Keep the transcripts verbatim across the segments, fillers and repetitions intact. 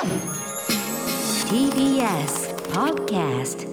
ティービーエス Podcast。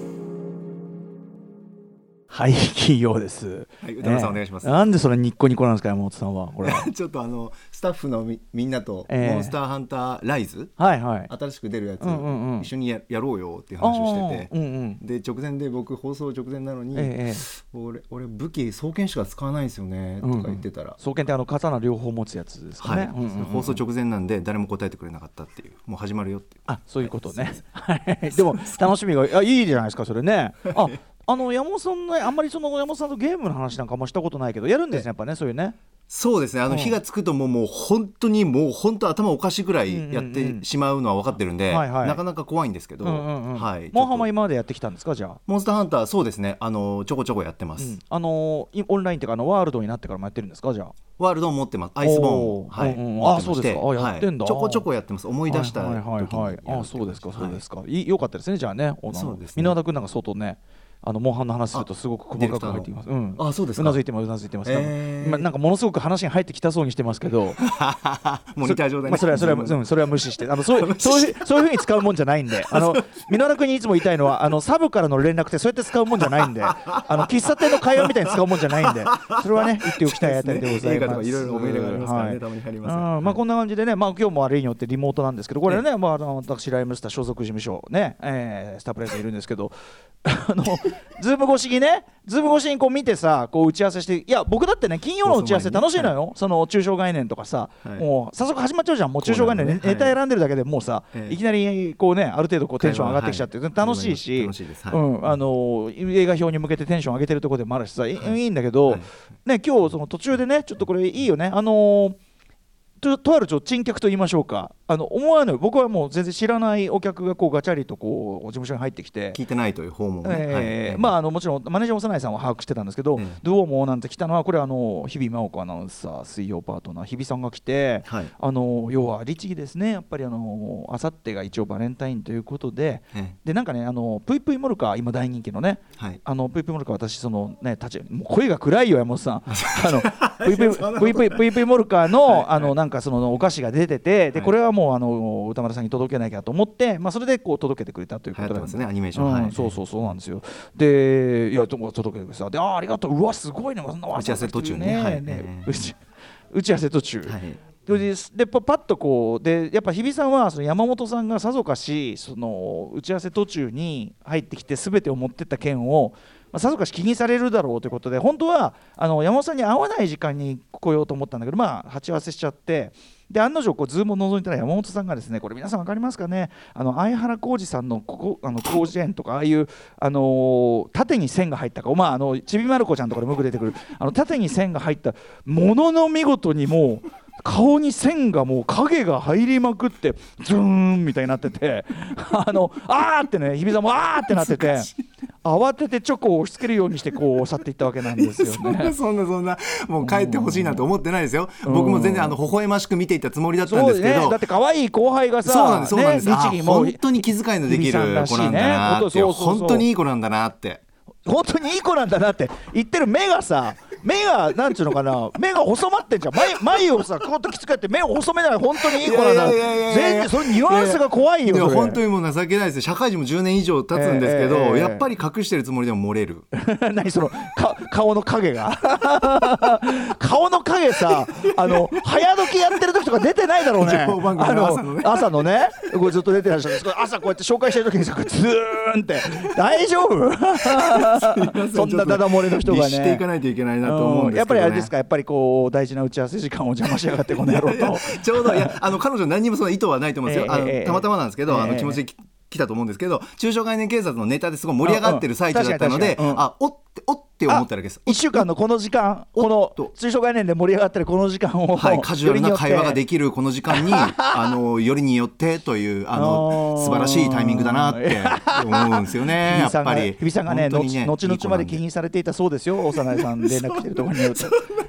はい、企業です。 はい、歌丸さん、えー、お願いします。 なんでそれニッコニコなんですか、山本さんは。これちょっとあのスタッフの み, みんなと、えー、モンスターハンターライズ、 はいはい、 新しく出るやつ、 うんうんうん、 一緒に や, やろうよっていう話をしてて、 うんうん、 で直前で僕放送直前なのに、 えー、 俺, 俺武器双剣しか使わないんですよね、うんうん、とか言ってたら、 双剣ってあの刀両方持つやつですかね、 はい、うんうんうん、放送直前なんで誰も答えてくれなかったっていう、もう始まるよっていう、 あ、そういうことね、はい、でも楽しみがあいいじゃないですかそれね。ああの山本さん、ね、あんまりその山本さんとゲームの話なんかもしたことないけどやるんですね、やっぱね、そういうね。 そうですね、あの日がつくともう、もう本当にもう本当頭おかしいぐらいやってしまうのは分かってるんで、はいはい、なかなか怖いんですけど、うんうんうん、はい、 モンハンは今までやってきたんですか。じゃあモンスターハンター、そうですね、あのちょこちょこやってます、うん、 あのオンラインっていうかあのワールドになってからもやってるんですか。じゃあワールドを持ってます、アイスボーンを、はい、うんうん、 あ、そうですか、あ、やってんだ、 はい、ちょこちょこやってます、思い出した時にやるっていう、 はいはいはいはい、あ、そうですかそうですか、はい、いよかったですね。じゃあね、 そうですね、 箕輪田君なんか相当ね、あのモンハンの話するとすごく細かく入ってきます。うん、 あ、そうですか。 うなずいてます、うなずいてます。 えー、 今なんかものすごく話に入ってきたそうにしてますけどモニター上でね、 まあ、それはそれは、うん、それは無視して、あのそういうそういうそういう風に使うもんじゃないんで、あの箕輪田君にいつも言いたいのは、あのサブからの連絡ってそうやって使うもんじゃないんで、あの喫茶店の会話みたいに使うもんじゃないんで、それはね言っておきたいあたりでございます。映画とかいろいろ思い出がありますからね、はい、たまに入ります、 うん、まあ、こんな感じでね、まあ、今日もあれによってリモートなんですけど、これね、まあ、私ライムスター所属事務所ね、えー、スタープレイヤーいるんですけどあのズーム越しにね、ズーム越しにこう見てさ、こう打ち合わせして、いや僕だってね、金曜の打ち合わせ楽しいのよ、はい、その抽象概念とかさ、はい、もう早速始まっちゃうじゃん、もう抽象概念、ね、ネタ選んでるだけでもうさ、はい、いきなりこうね、ある程度こうテンション上がってきちゃって、はい、楽しいし、楽しいです、はい、うん、あの映画表に向けてテンション上げてるところでもあるしさ、はい、いいんだけど、はい、ね、今日その途中でね、ちょっとこれいいよね、あのーと, とあるちょ珍客と言いましょうか、あの思わぬ、僕はもう全然知らないお客がこうガチャリとこう事務所に入ってきて、 聞いてないという訪問ね、 えーはい、まあ、あのもちろんマネージャー長内さんは把握してたんですけど、うん、どうもなんて来たのは、これあの日比真央子アナウンサー、水曜パートナー日比さんが来て、はい、あの要は律儀ですね、やっぱりあのあさってが一応バレンタインということで、うん、でなんかね、あのぷいぷいモルカー今大人気のね、はい、あのぷいぷいモルカー、私そのね立ちもう声が暗いよ山本さんあのぷいぷいぷいぷいぷいぷいモルカーの、はい、あのなんかそのお菓子が出てて、でこれはもうあの歌丸さんに届けなきゃと思って、まあ、それでこう届けてくれたということで、 ますね、アニメーション、 うん、 はい、 そうそうそうなんですよ。で、いや届けてくれてさ、で、あありがとう、うわすごいね、そんな打ち合わせ途中ね、はい、 ね、打ち打ち合わせ途中、はい、で, でパッとこうで、やっぱ日比さんはその山本さんがさぞかしその打ち合わせ途中に入ってきて全てを持ってった件をまあ、さぞかし気にされるだろうということで、本当はあの山本さんに会わない時間に来ようと思ったんだけど、まあ鉢合わせしちゃって、で案の定こうズームを覗いたら山本さんがですね、これ皆さん分かりますかね、あの相原浩二さんのここあの広辞苑とか、ああいう、あのー、縦に線が入ったか、まあ、あのちびまる子ちゃんとかでもよく出てくるあの縦に線が入ったものの見事にもう顔に線がもう影が入りまくってズーンみたいになっててあのあーってね、日比さんもあーってなってて慌ててチョコを押し付けるようにしてこう去っていったわけなんですよね。 そんなそんなそんなもう帰ってほしいなんて思ってないですよ。僕も全然あの微笑ましく見ていたつもりだったんですけど、 ね、だって可愛い後輩がさ、 そうなんですそうなんです、 ね、 律儀も本当に気遣いのできる子なんだなって、本当にいい子なんだなって、 本当にいい子なんだなって言ってる目がさ、目がなんちゅうのかな、目が細まってんじゃん、 眉, 眉をさこうやってきつくやって目を細めながら本当にいい子なんだ、全然そのニュアンスが怖いよ。 いやいや本当にもう情けないですよ。社会人もじゅうねん以上経つんですけど、えーえー、やっぱり隠してるつもりでも漏れる何そのか顔の影が顔の影さ、あの早時やってる時とか出てないだろうねあの朝のね朝のねこれずっと出てらっしゃるんですけど、朝こうやって紹介してる時にさズーンって大丈夫そんなダダ漏れの人がね律していかないといけないなと思うんですけどね、 やっぱりあれですか、やっぱりこう大事な打ち合わせ時間を邪魔しやがってこの野郎とちょうどいやあの彼女何にもその意図はないと思うんですよ、えー、あのたまたまなんですけど、えー、あの気持ちで来たと思うんですけど、中小概念警察のネタですごい盛り上がってる最中だったので、うんうん、あおっておって思ったわけです。 いっしゅうかんのこの時間、この中小概念で盛り上がってるこの時間を、 はい、カジュアルな会話ができるこの時間にあのよりによってというあの素晴らしいタイミングだなって思うんですよねやっぱり日比さんがね、後々まで気にされていたそうですよ、幼いさん連絡してるところによると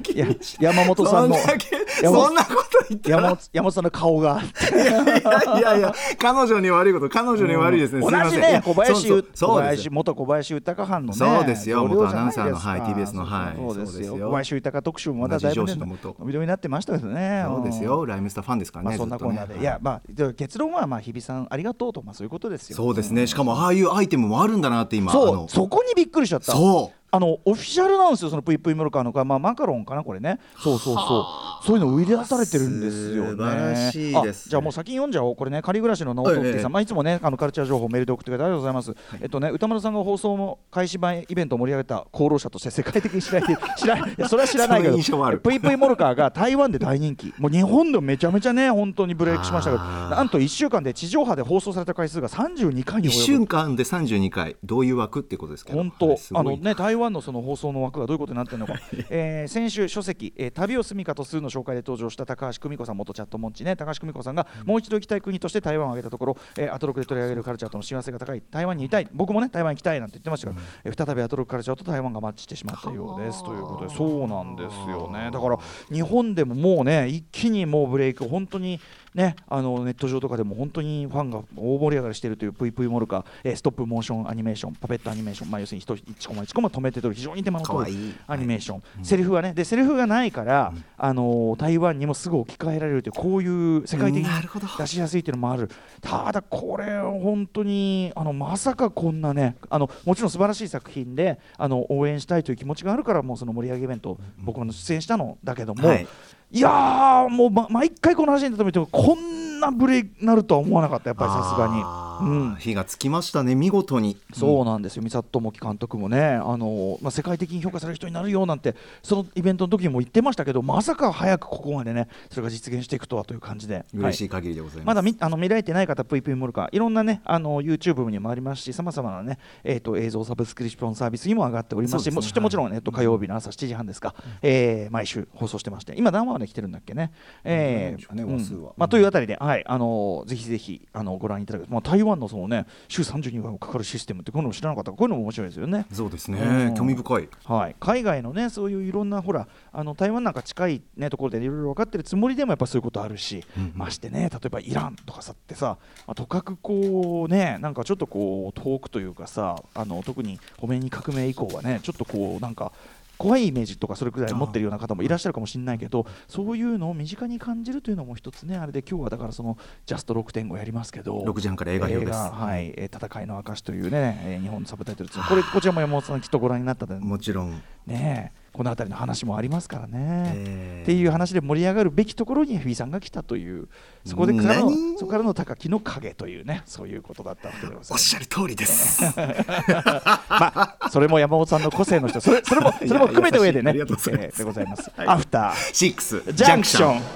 いや山本さんのそんなこと言って山本山本さんの顔がいやいやいやいや彼女に悪いこと彼女に悪いですね、 うん、同じね小林そうそう小林元小林豊藩のねそうですよ元アナウンサーの、 はい、 ティービーエス のはいそうですよ小林豊特集もまだだいぶね伸び伸びになってましたけどね。 そうですよライムスターファンですからね、 まあ、そんなこんなで、ね、いやまあ結論はまあ日比さんありがとうと、まあ、そういうことですよ。 そうですね、しかもああいうアイテムもあるんだなって今そうあのそこにびっくりしちゃった。 そうあのオフィシャルなんですよそのプイプイモルカーのか、まあ、マカロンかなこれね。そうそうそうそういうの売り出されてるんですよね。 素晴らしいです、ね、 じゃあもう先に読んじゃおう。これね仮暮らしのノートってさん、ええまあ、いつもねあのカルチャー情報メールで送ってくれてありがとうございます、はい、えっとね歌丸さんが放送の開始前イベントを盛り上げた功労者として世界的に知られて知らいやそれは知らないけどプイプイモルカーが台湾で大人気もう日本でもめちゃめちゃね本当にブレイクしましたけどなんといっしゅうかんで地上波で放送された回数がさんじゅうにかいに及ぶ。いっしゅうかんでさんじゅうにかいどういう枠っていうことですけど本当、はい、あのね台湾のその放送の枠がどういうことになってるのか、えー、先週書籍、えー、旅を住みかとするの紹介で登場した高橋久美子さん元チャットモンチね高橋久美子さんがもう一度行きたい国として台湾を挙げたところ、えー、アトロクで取り上げるカルチャーとの親和性が高い台湾にいたい僕もね台湾行きたいなんて言ってましたが、うんえー、再びアトロクカルチャーと台湾がマッチしてしまったようですということでそうなんですよね。だから日本でももうね一気にもうブレイク本当にね、あのネット上とかでも本当にファンが大盛り上がりしているというプイプイモルカ、えー、ストップモーションアニメーションパペットアニメーション、まあ、要するにいちコマいちコマ止めて撮る非常に手間の取るアニメーション、はい、セリフはねでセリフがないから、うん、あの台湾にもすぐ置き換えられるというこういう世界的に出しやすいというのもある。ただこれ本当にあのまさかこんなねあのもちろん素晴らしい作品であの応援したいという気持ちがあるからもうその盛り上げイベント、うん、僕も出演したのだけども、はいいやーもう、ま、毎回この話に例えてもこんなブレイクになるとは思わなかったやっぱりさすがに、うん、 火がつきましたね見事に。 そうなんですよ三里智樹監督もねあの、まあ、世界的に評価される人になるよなんてそのイベントの時にも言ってましたけどまさか早くここまでねそれが実現していくとはという感じで嬉しい限りでございます、 はい、まだみあの見られてない方プイプイモルカいろんなねあの YouTube にもありますしさまざまなね、えー、と映像サブスクリプションサービスにも上がっておりますし そ, す、ね、そしてもちろん、ねはい、火曜日の朝しちじはんですか、うんえー、毎週放送してまして今何話まで来てるんだっけねえーねうんまあ、というあたりで、はい、あのぜひぜひあのご覧いただく、まあ、台湾のその、ね、週さんじゅうにかいもかかるシステムってこういうのも知らなかったこういうのも面白いですよね。 そうですね、うん、興味深い、 はい、海外のねそういういろんなほらあの台湾なんか近い、ね、ところでいろいろ分かってるつもりでもやっぱそういうことあるし、うん、ましてね例えばイランとかさってさ、まあ、とかくこうねなんかちょっとこう遠くというかさあの特にホメイニ革命以降はねちょっとこうなんか怖いイメージとかそれくらい持ってるような方もいらっしゃるかもしれないけどそういうのを身近に感じるというのも一つねあれで今日はだからそのジャスト ろくてんご やりますけどろくじはんから映画表です、 はい、戦いの証というね日本のサブタイトルですこれこちらも山本さんきっとご覧になったでもちろんねこの辺りの話もありますからね、えー、っていう話で盛り上がるべきところにフィーさんが来たというそこでからのそこからの高木の影というねそういうことだったわけでございます。 おっしゃる通りですまあそれも山本さんの個性の人それそれもそれも含めた上でねでございます、はい、アフターシックスジャンクション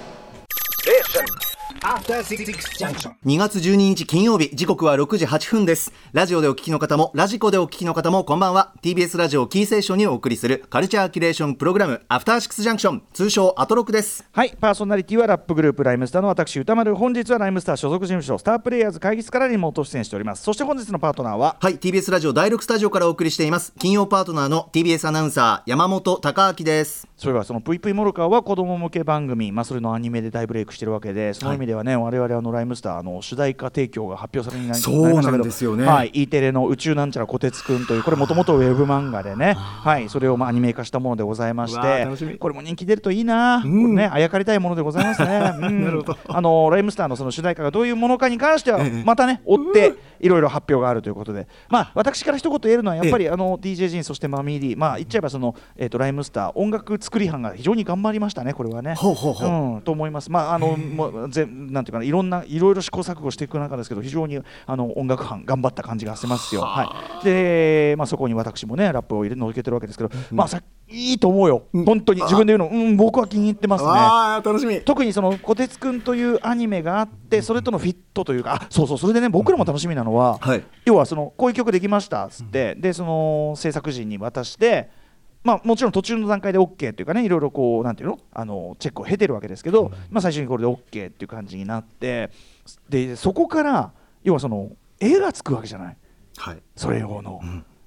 にがつじゅうににち金曜日時刻はろくじはっぷんです。ラジオでお聞きの方もラジコでお聞きの方もこんばんは。 ティービーエス ラジオキーセーションにお送りするカルチャーキュレーションプログラムアフターシックスジャンクション通称アトロクです。 はい、パーソナリティはラップグループライムスターの私歌丸。本日はライムスター所属事務所スタープレイヤーズ会議室からリモート出演しております。そして本日のパートナーははい ティービーエス ラジオだいろくスタジオからお送りしています金曜パートナーの ティービーエス アナウンサー山本貴明です。 それはそのプイプイモルカーは子供向け番組、まあ、それのアニメで大ブレイクしてるわけでその意味ではね、はい、我々あのライムスターの主題歌提供が発表されになりましたけどそうなんですよね、 はい、E テレの宇宙なんちゃらこてつくんというこれもともとウェブ漫画でね、はい、それをまあアニメ化したものでございましてこれも人気出るといいな、うん、ね、あやかりたいものでございますね、うん、なるほどあのライムスターのその主題歌がどういうものかに関してはまたね追っていろいろ発表があるということで、まあ、私から一言言えるのはやっぱりあの ディージェー ジンそしてマミー D、まあ、言っちゃえばその、えー、とライムスター音楽作り班が非常に頑張りましたねこれはねほうほうほう、 うん、と思います。まああのもうぜなんていうかないろんないろいろ試行錯誤していく中ですけど非常にあの音楽班頑張った感じがしますよ。はい、で、まあ、そこに私もねラップを入れ乗っけてるわけですけど、うん、まあさいいと思うよ、うん、本当に自分で言うの、うん、僕は気に入ってますね。 あ楽しみ。 特にそのこてつくんというアニメがあってそれとのフィットというかあそうそうそれでね僕らも楽しみなのは、はい、要はそのこういう曲できましたっつって、うん、でその制作陣に渡してまあ、もちろん途中の段階で OK っていうかねいろいろこうなんていうのあのチェックを経てるわけですけど、まあ、最初にこれで OK っていう感じになってでそこから要はその絵がつくわけじゃない、はい、それ用の、うん、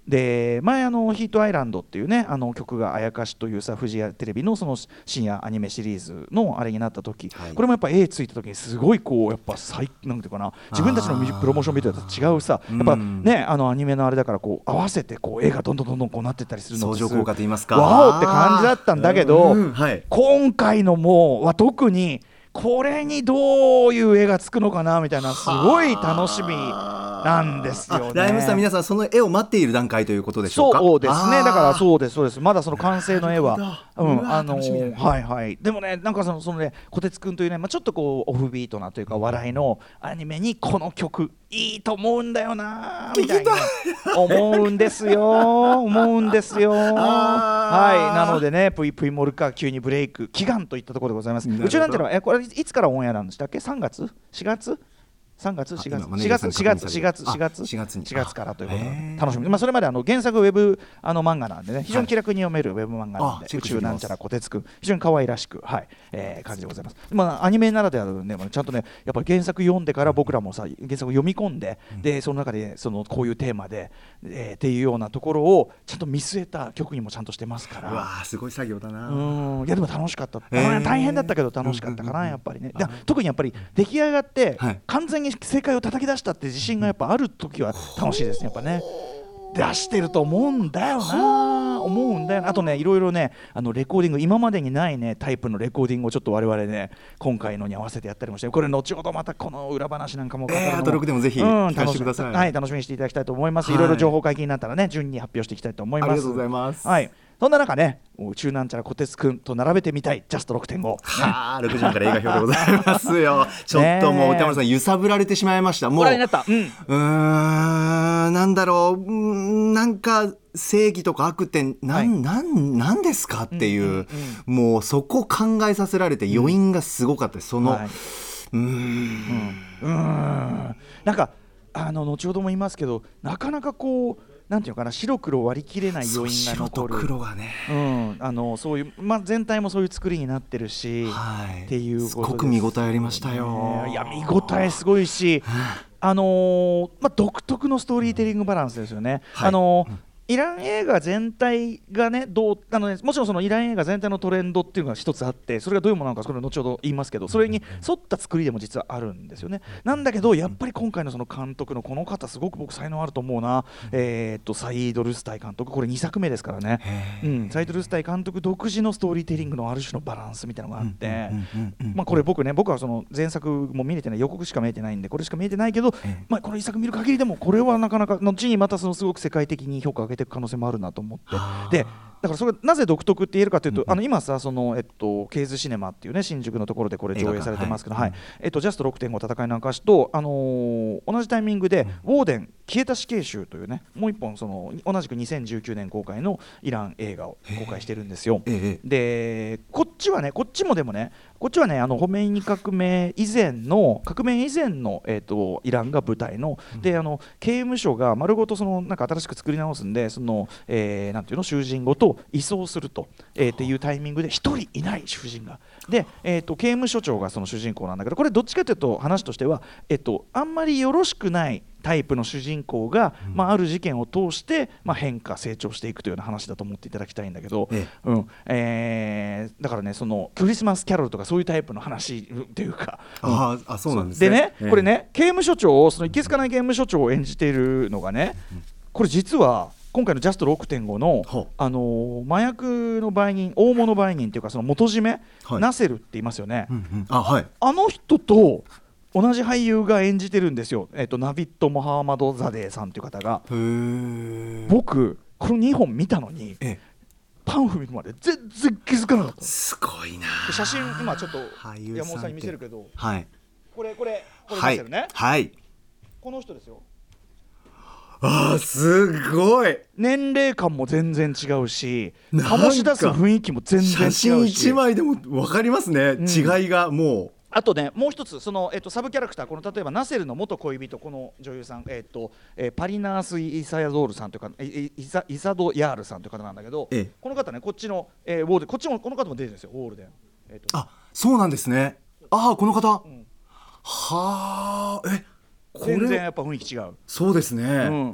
で前あのヒートアイランドっていうねあの曲があやかしというさフジテレビのその深夜アニメシリーズのあれになった時、はい、これもやっぱ絵ついた時にすごいこうやっぱ最なんていうかな自分たちのプロモーションビデオと違うさやっぱねあのアニメのあれだからこう合わせてこう絵がどんどんどんどんこうなってったりするの相乗効果と言いますかわおって感じだったんだけど、 はい、 今回のもは特にこれにどういう絵がつくのかなみたいなすごい楽しみなんですよね。 ライムさん皆さんその絵を待っている段階ということでしょうか。 そうですねだからそうですそうですまだその完成の絵はうんあのー、はいはいでもねなんかそのそのねこてつくんというね、まあ、ちょっとこうオフビートなというか笑いのアニメにこの曲いいと思うんだよなみたいな思うんですよ思うんですよはいなのでねプイプイモルカ急にブレイク祈願といったところでございます。宇宙なんちゃらえこれいつからオンエアなんでしたっけさんがつしがつさんがつしがつしがつしがつしがつしがつしがつしがつからということで楽しみ、まあ、それまであの原作ウェブあの漫画なんでね非常に気楽に読めるウェブ漫画なんで、はい、宇宙なんちゃらこてつくん非常に可愛らしくはい、えー、感じでございます。まあアニメならではのねちゃんとねやっぱり原作読んでから僕らもさ原作を読み込んで、うん、でその中でそのこういうテーマで、えー、っていうようなところをちゃんと見据えた曲にもちゃんとしてますからうわーすごい作業だなうんいやでも楽しかった、えー、大変だったけど楽しかったかなやっぱりねで特にやっぱり出来上がって完全に正解を叩き出したって自信がやっぱある時は楽しいですねやっぱね出してると思うんだよな思うんだよなあとねいろいろねあのレコーディング今までにないねタイプのレコーディングをちょっと我々ね今回のに合わせてやったりもしてこれ後ほどまたこの裏話なんかも語るのも、 えー、あとろくでもぜひ聞かせてください、 うん、はい楽しみにしていただきたいと思います、はい、いろいろ情報解禁になったらね順に発表していきたいと思います。 ありがとうございます、 はいそんな中ね宇宙なんちゃらこてつくんと並べてみたいジャスト ろくてんご、ね、 はあろくじかんから映画表でございますよちょっともう歌丸さん揺さぶられてしまいましたもうご覧になった、うん、 うーんなんだろううんなんか正義とか悪ってなん、はい、なんなんですかっていう、うんうんうん、もうそこ考えさせられて余韻がすごかったです、うん、その、はい、うーん、うん、 うーんなんかあの後ほども言いますけどなかなかこうなんていうかな白黒割り切れない余韻が残る白と黒がね、 うん、あのそういう、まあ、全体もそういう作りになってるし、はい、っていうことです。 すごく見応えありましたよ、 ね、いや見応えすごいしあのーまあ、独特のストーリーテリングバランスですよね、はい、あのーうんイラン映画全体がねどうあのねもちろんそのイラン映画全体のトレンドっていうのが一つあってそれがどういうものなのかそれは後ほど言いますけどそれに沿った作りでも実はあるんですよね。なんだけどやっぱり今回のその監督のこの方すごく僕才能あると思うな、えー、っとサイード・ルスタイ監督これにさくめですからね、うん、サイード・ルスタイ監督独自のストーリーテリングのある種のバランスみたいなのがあってまあこれ僕ね僕はその前作も見れてない予告しか見えてないんでこれしか見えてないけど、まあ、このいっさく見る限りでもこれはなかなか後にまたそのすごく世界的に評価を上げていく可能性もあるなと思ってでだからそれがなぜ独特って言えるかというと、うん、あの今さその、えっと、ケーズシネマっていうね新宿のところでこれ上映されてますけど、はいはいえっと、ジャスト ろくてんご 戦いの証と、あのー、同じタイミングで、うん、ウォーデン消えた死刑囚というねもう一本その同じくにせんじゅうきゅうねん公開のイラン映画を公開してるんですよ。でこっちはねこっちもでもねこっちはねあのホメイニ革命以前の革命以前の、えー、とイランが舞台の、うん、であの刑務所が丸ごとそのなんか新しく作り直すんでその、えー、なんていうの囚人ごと移送すると、えー、っていうタイミングでひとりいない囚人がで、えー、と刑務所長がその主人公なんだけどこれどっちかというと話としては、えー、とあんまりよろしくないタイプの主人公が、うんまあ、ある事件を通して、まあ、変化成長していくというような話だと思っていただきたいんだけど、ええうんえー、だからねそのクリスマスキャロルとかそういうタイプの話っていうか、 うん、ああそうなんですね。 でね、 ええ、 これね刑務所長をそのいけすかない刑務所長を演じているのがね、うん、これ実は今回のジャスト ろくてんご の、あのー、麻薬の売人大物売人っていうかその元締め、はい、ナセルって言いますよね、うんうん、あ, はい、あの人と同じ俳優が演じてるんですよ、えー、とナビット・モハーマド・ザデーさんという方が。へ僕このにほん見たのに、ええ、パンフ見るまで全然気づかなかった。 すごいな。 写真今ちょっと山本さんに見せるけど、 はい、 これこれこれナセルね、 はい、 この人ですよ。 あーすごい年齢感も全然違うし醸し出す雰囲気も全然違うし写真いちまいでも分かりますね、うん、違いがもうあとねもう一つその、えっと、サブキャラクターこの例えばナセルの元恋人この女優さん、えっとえー、パリナース・イサヤドールさんというかイサ、イサドヤールさんという方なんだけど、ええ、この方ねこっちの、えー、ウォールデンこっちもこの方も出てるんですよウォールデン、えっと、 あそうなんですね。ああこの方、うん、はあえ全然やっぱ雰囲気違う。 そうですね、うん、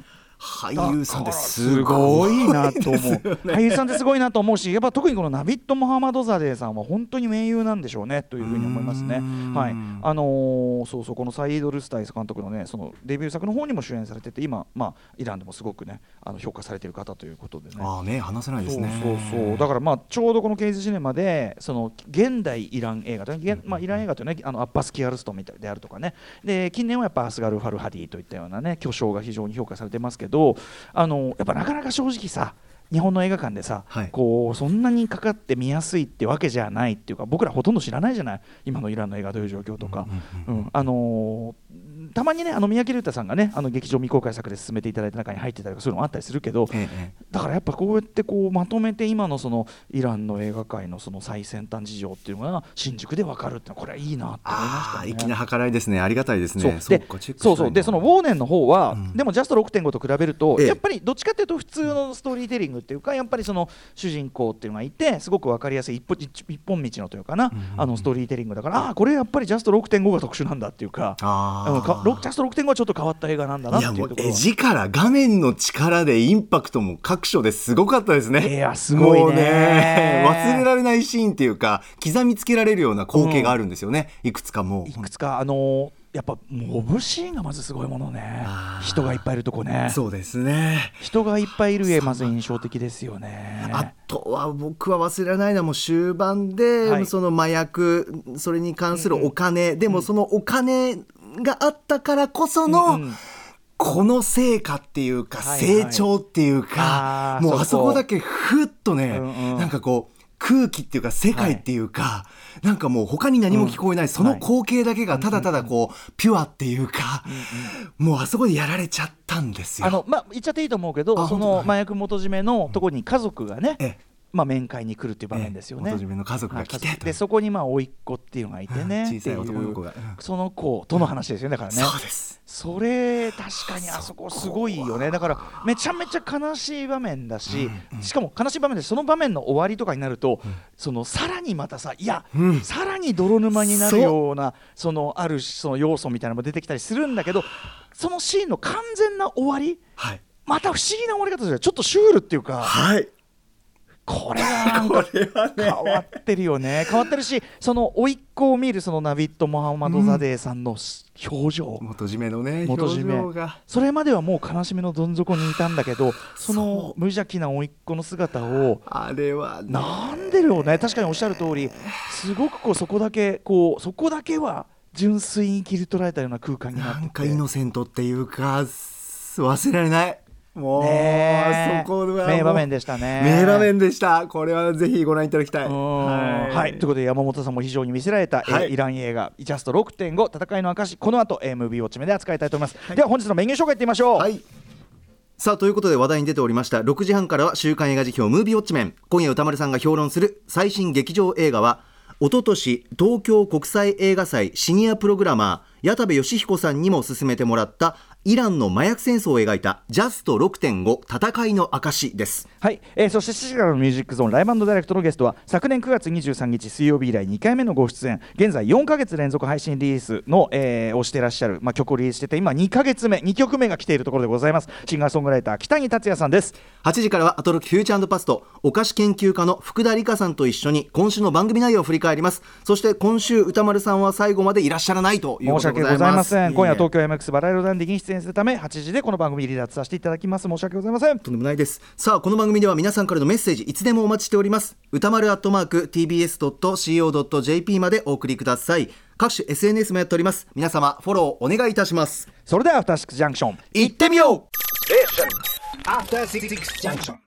俳優さんってすすごごいいなと思う、 ね、 俳優さんってすごいなと思うし、やっぱ特にこのナビット・モハマドザデーさんは本当に名優なんでしょうねというふうに思いますね。はい、あのー、そうそうこのサイード・ルスタイス監督のねそのデビュー作の方にも主演されてて、今、まあ、イランでもすごくねあの評価されている方ということでね。 ああ目離せないですね。 そうそうそうだからまあちょうどこのケイズシネマでその現代イラン映画、まあ、イラン映画というねあのアッバス・キアルストンみたいであるとかね、で近年はやっぱアスガル・ファルハディといったようなね巨匠が非常に評価されてますけど、あのやっぱなかなか正直さ日本の映画館でさ、はい、こうそんなにかかって見やすいってわけじゃないっていうか、僕らほとんど知らないじゃない今のイランの映画どういう状況とか、うんうんうんうん、あのーたまにねあの三宅龍太さんがねあの劇場未公開作で進めていただいた中に入ってたりとかそういうのもあったりするけど、ええ、だからやっぱこうやってこうまとめて今のそのイランの映画界のその最先端事情っていうのが新宿で分かるってのはこれはいいなって思いましたね。 粋な計らいですね。ありがたいですね。 そうでそうそうでそのウォーネンの方は、うん、でもジャスト ろくてんご と比べると、ええ、やっぱりどっちかっていうと普通のストーリーテリングっていうかやっぱりその主人公っていうのがいてすごく分かりやすい一本、一本道のというかな、うんうんうん、あのストーリーテリングだからああこれやっぱりジャスト ろくてんご が特殊なんだっていうか、あかジャスト ろくてんご はちょっと変わった映画なんだなっていうところ。いやもう絵力画面の力でインパクトも各所ですごかったですね。 いやすごい ね, ね忘れられないシーンっていうか刻みつけられるような光景があるんですよね、うん、いくつかもういくつかあのーやっぱモブシーンがまずすごいものね。人がいっぱいいるとこね。 そうですね。 人がいっぱいいる絵まず印象的ですよね。 あとは僕は忘れられないのはもう終盤で、はい、その麻薬それに関するお金、うん、でもそのお金があったからこその、うんうん、この成果っていうか、はいはい、成長っていうか、あもうあそこだけふっとね、うんうん、なんかこう空気っていうか世界っていうか、はい、なんかもう他に何も聞こえない、うん、その光景だけがただただこう、うん、ピュアっていうか、うんうん、もうあそこでやられちゃったんですよ。 あの、まあ、言っちゃっていいと思うけどその麻薬元締めのところに家族がね、うんええまあ、面会に来るっていう場面ですよね。 元締めの家族が来て、はい、 でそこにまあ甥っ子っていうのがいてね、 うん、小さい男の子が、うん、 その子との話ですよね。だからね、 そうです。 それ確かにあそこすごいよね。だからめちゃめちゃ悲しい場面だし、うんうん、しかも悲しい場面でその場面の終わりとかになると、うん、そのさらにまたさいや、うん、さらに泥沼になるようなそのあるその要素みたいなのも出てきたりするんだけど、そのシーンの完全な終わり、はい、また不思議な終わり方ですよ。ちょっとシュールっていうか、はいこれがなんか変わってるよね。変わってるし、その甥っ子を見るそのナビット・モハマドザデーさんの表情、 うん、元締めのね表情がそれまではもう悲しみのどん底にいたんだけどその無邪気な甥っ子の姿をあれはなんでよね。確かにおっしゃる通りすごくこうそこだけこうそこだけは純粋に切り取られたような空間になってて、 なんかイノセントっていうか忘れられないもう、ね、そこは名場面でしたね。 名場面でした。これはぜひご覧いただきたい。 はい、はい、ということで山本さんも非常に見せられた、はい、イラン映画ジャスト ろくてんご 戦いの証この後 ムービーウォッチメで扱いたいと思います、はい、では本日のメニュー紹介いってみましょう。はい、 さあということで話題に出ておりましたろくじはんからは週刊映画辞表ムービーウォッチメン。今夜歌丸さんが評論する最新劇場映画はおととし東京国際映画祭シニアプログラマー矢田部義彦さんにも勧めてもらったイランの麻薬戦争を描いたジャスト ろくてんご 戦いの証です。 はい、えー、そしてしちじからのミュージックゾーンライブ&ダイレクトのゲストは昨年くがつにじゅうさんにち水曜日以来にかいめのご出演、現在よんかげつ連続配信リリースの、えー、をしていらっしゃる、まあ、曲をリリースしてて今にかげつめにきょくめが来ているところでございます。シンガーソングライター北木達也さんです。 はちじからはアトロックフューチャー&パストお菓子研究家の福田理香さんと一緒に今週の番組内容を振り返ります。そして今週歌丸さんは最後までいらっしゃらないということでございます。申し訳ございません。 今夜東京 エムエックス バラ色ダンディに出演するためはちじでこの番組離脱させていただきます。申し訳ございません。 とんでもないです。さあこの番組では皆さんからのメッセージいつでもお待ちしております。歌丸アットマーク ティービーエスドットシーオードットジェーピー までお送りください。各種 エスエヌエス もやっております。皆様フォローお願いいたします。 それではアフターシックスジャンクション行ってみよう。 アフターシックスジャンクション